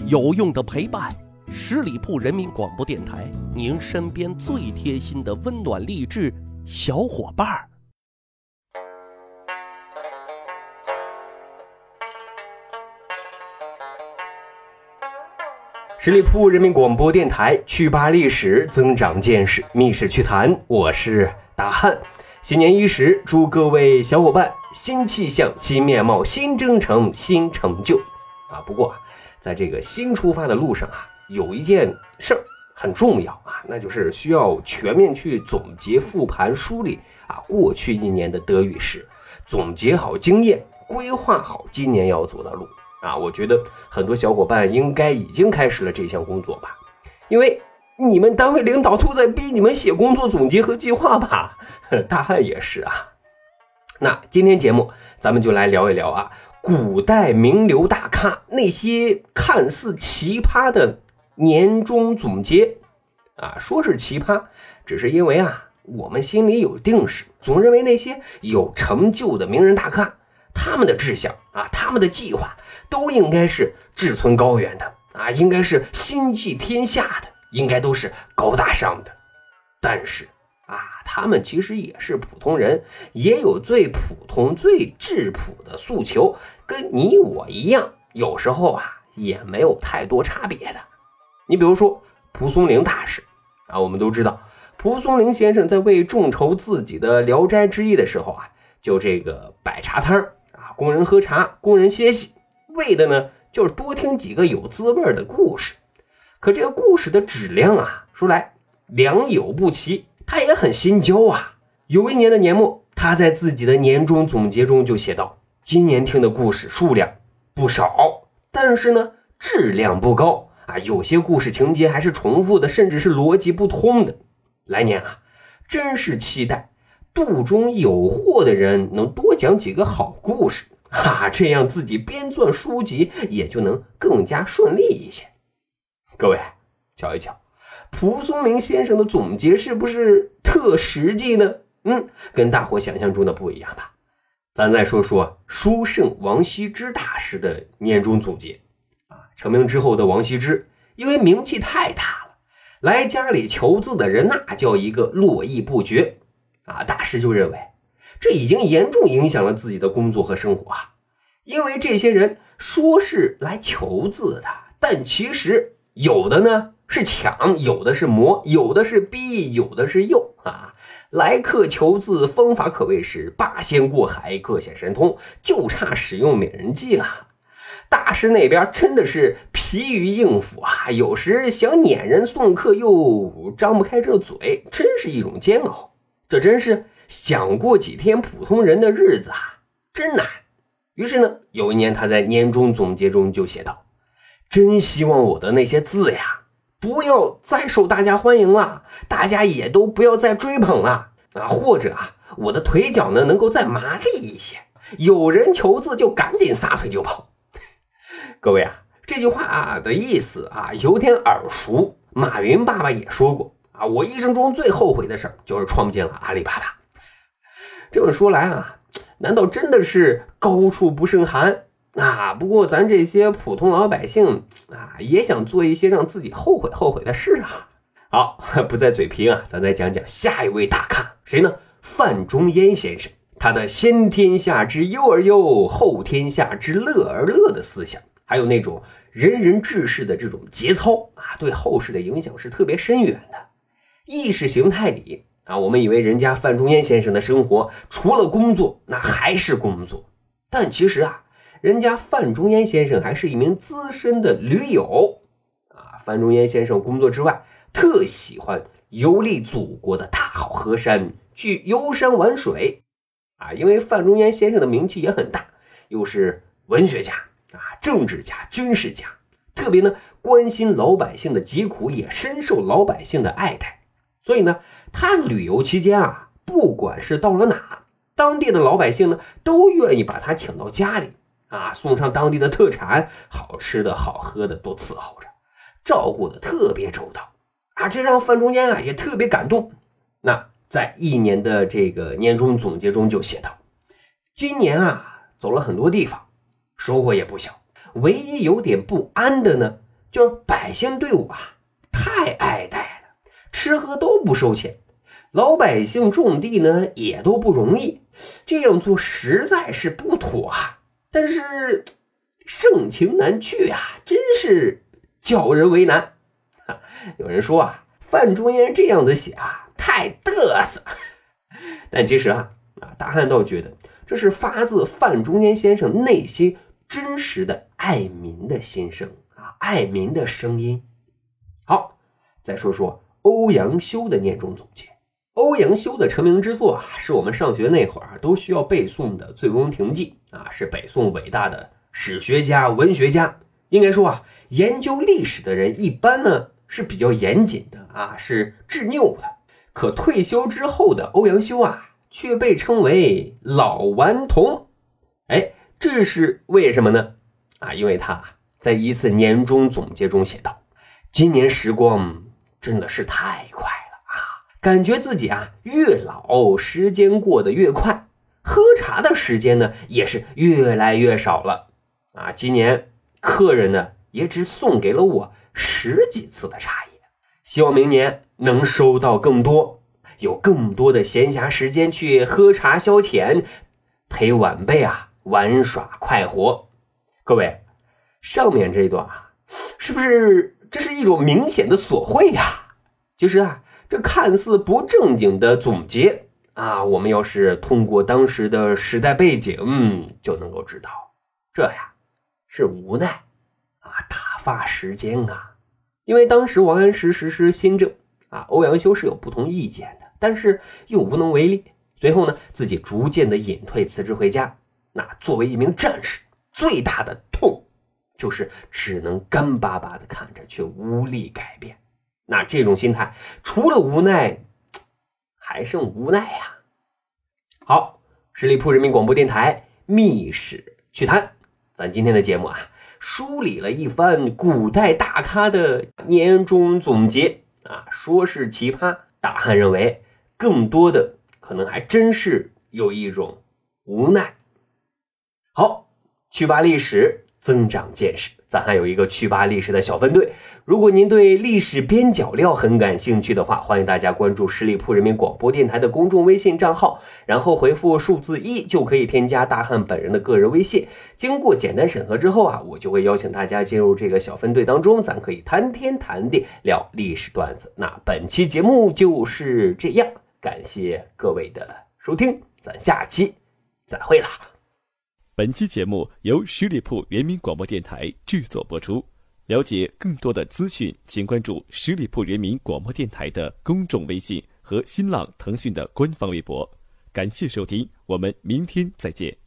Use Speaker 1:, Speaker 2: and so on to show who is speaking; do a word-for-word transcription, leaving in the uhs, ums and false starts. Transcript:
Speaker 1: 有用的陪伴，十里铺人民广播电台，您身边最贴心的温暖励志小伙伴儿。
Speaker 2: 十里铺人民广播电台，趣吧历史，增长见识，密室趣谈，我是大汉。新年伊始，祝各位小伙伴新气象、新面貌、新征程、新成就啊！不过在这个新出发的路上啊，有一件事儿很重要啊，那就是需要全面去总结、复盘、梳理啊过去一年的得与失，总结好经验，规划好今年要走的路啊。我觉得很多小伙伴应该已经开始了这项工作吧，因为你们单位领导都在逼你们写工作总结和计划吧，大汉也是啊。那今天节目咱们就来聊一聊啊，古代名流大咖那些看似奇葩的年终总结啊。说是奇葩，只是因为啊，我们心里有定势，总认为那些有成就的名人大咖，他们的志向啊，他们的计划都应该是志存高远的啊，应该是心系天下的，应该都是高大上的。但是啊，他们其实也是普通人，也有最普通最质朴的诉求，跟你我一样，有时候啊也没有太多差别的。你比如说蒲松龄大师啊，我们都知道蒲松龄先生在为众筹自己的《聊斋志异》的时候啊，就这个摆茶摊啊，供人喝茶，供人歇息，为的呢就是多听几个有滋味的故事。可这个故事的质量啊，说来良莠不齐，他也很心焦啊。有一年的年末，他在自己的年终总结中就写道，今年听的故事数量不少，但是呢质量不高啊，有些故事情节还是重复的，甚至是逻辑不通的。来年啊，真是期待肚中有货的人能多讲几个好故事啊，这样自己编撰书籍也就能更加顺利一些。各位瞧一瞧，蒲松龄先生的总结是不是特实际呢？嗯，跟大伙想象中的不一样吧。咱再说说书圣王羲之大师的年终总结啊。成名之后的王羲之因为名气太大了，来家里求字的人那叫一个络绎不绝啊。大师就认为这已经严重影响了自己的工作和生活啊，因为这些人说是来求字的，但其实有的呢是抢，有的是磨，有的是逼，有的是诱啊。来客求字方法可谓是八仙过海，各显神通，就差使用美人计了。大师那边真的是疲于应付啊，有时想撵人送客又张不开这嘴，真是一种煎熬。这真是想过几天普通人的日子啊，真难。于是呢，有一年他在年终总结中就写道，真希望我的那些字呀不要再受大家欢迎了，大家也都不要再追捧了啊，或者啊，我的腿脚呢能够再麻利一些，有人求字就赶紧撒腿就跑。各位啊，这句话的意思啊有点耳熟，马云爸爸也说过啊，我一生中最后悔的事就是创建了阿里巴巴。这么说来啊，难道真的是高处不胜寒啊？不过咱这些普通老百姓啊，也想做一些让自己后悔后悔的事啊。好，不再嘴贫啊，咱再讲讲下一位大咖，谁呢？范仲淹先生。他的先天下之忧而忧，后天下之乐而乐的思想，还有那种仁人志士的这种节操啊，对后世的影响是特别深远的。意识形态里啊，我们以为人家范仲淹先生的生活除了工作那还是工作，但其实啊，人家范仲淹先生还是一名资深的驴友啊。范仲淹先生工作之外，特喜欢游历祖国的大好河山，去游山玩水啊。因为范仲淹先生的名气也很大，又是文学家啊、政治家、军事家，特别呢关心老百姓的疾苦，也深受老百姓的爱戴。所以呢，他旅游期间啊，不管是到了哪，当地的老百姓呢都愿意把他请到家里啊，送上当地的特产，好吃的好喝的都伺候着，照顾的特别周到啊，这让范仲淹啊也特别感动。那在一年的这个年终总结中就写道，今年啊走了很多地方，收获也不小，唯一有点不安的呢， 就是百姓对我啊太爱戴了，吃喝都不收钱，老百姓种地呢也都不容易，这样做实在是不妥啊。但是盛情难却啊，真是叫人为难。有人说啊，范仲淹这样的写啊太嘚瑟，但其实啊啊，大汉倒觉得这是发自范仲淹先生内心真实的爱民的心声啊，爱民的声音。好，再说说欧阳修的年终总结。欧阳修的成名之作啊，是我们上学那会儿都需要背诵的《醉翁亭记》啊，是北宋伟大的史学家、文学家。应该说啊，研究历史的人一般呢是比较严谨的啊，是执拗的。可退休之后的欧阳修啊，却被称为老顽童。哎，这是为什么呢？啊，因为他在一次年终总结中写道：今年时光真的是太快了啊，感觉自己啊越老时间过得越快，喝茶的时间呢也是越来越少了啊。今年客人呢也只送给了我十几次的茶叶，希望明年能收到更多，有更多的闲暇时间去喝茶消遣，陪晚辈啊玩耍快活。各位，上面这一段啊，是不是这是一种明显的索贿呀？其实啊，这看似不正经的总结啊，我们要是通过当时的时代背景，嗯，就能够知道，这呀是无奈啊，打发时间啊。因为当时王安石实施新政啊，欧阳修是有不同意见的，但是又无能为力。随后呢，自己逐渐的隐退辞职回家。那作为一名战士，最大的痛就是只能干巴巴的看着，却无力改变。那这种心态，除了无奈，还剩无奈呀。好，十里铺人民广播电台密史趣谈，咱今天的节目啊，梳理了一番古代大咖的年终总结啊，说是奇葩，大汉认为更多的可能还真是有一种无奈。好，趣吧历史，增长见识，咱还有一个趣吧历史的小分队。如果您对历史边角料很感兴趣的话，欢迎大家关注十里铺人民广播电台的公众微信账号，然后回复数字一就可以添加大汉本人的个人微信。经过简单审核之后啊，我就会邀请大家进入这个小分队当中，咱可以谈天谈地聊历史段子。那本期节目就是这样，感谢各位的收听，咱下期再会啦。
Speaker 3: 本期节目由十里铺人民广播电台制作播出。了解更多的资讯，请关注十里铺人民广播电台的公众微信和新浪、腾讯的官方微博。感谢收听，我们明天再见。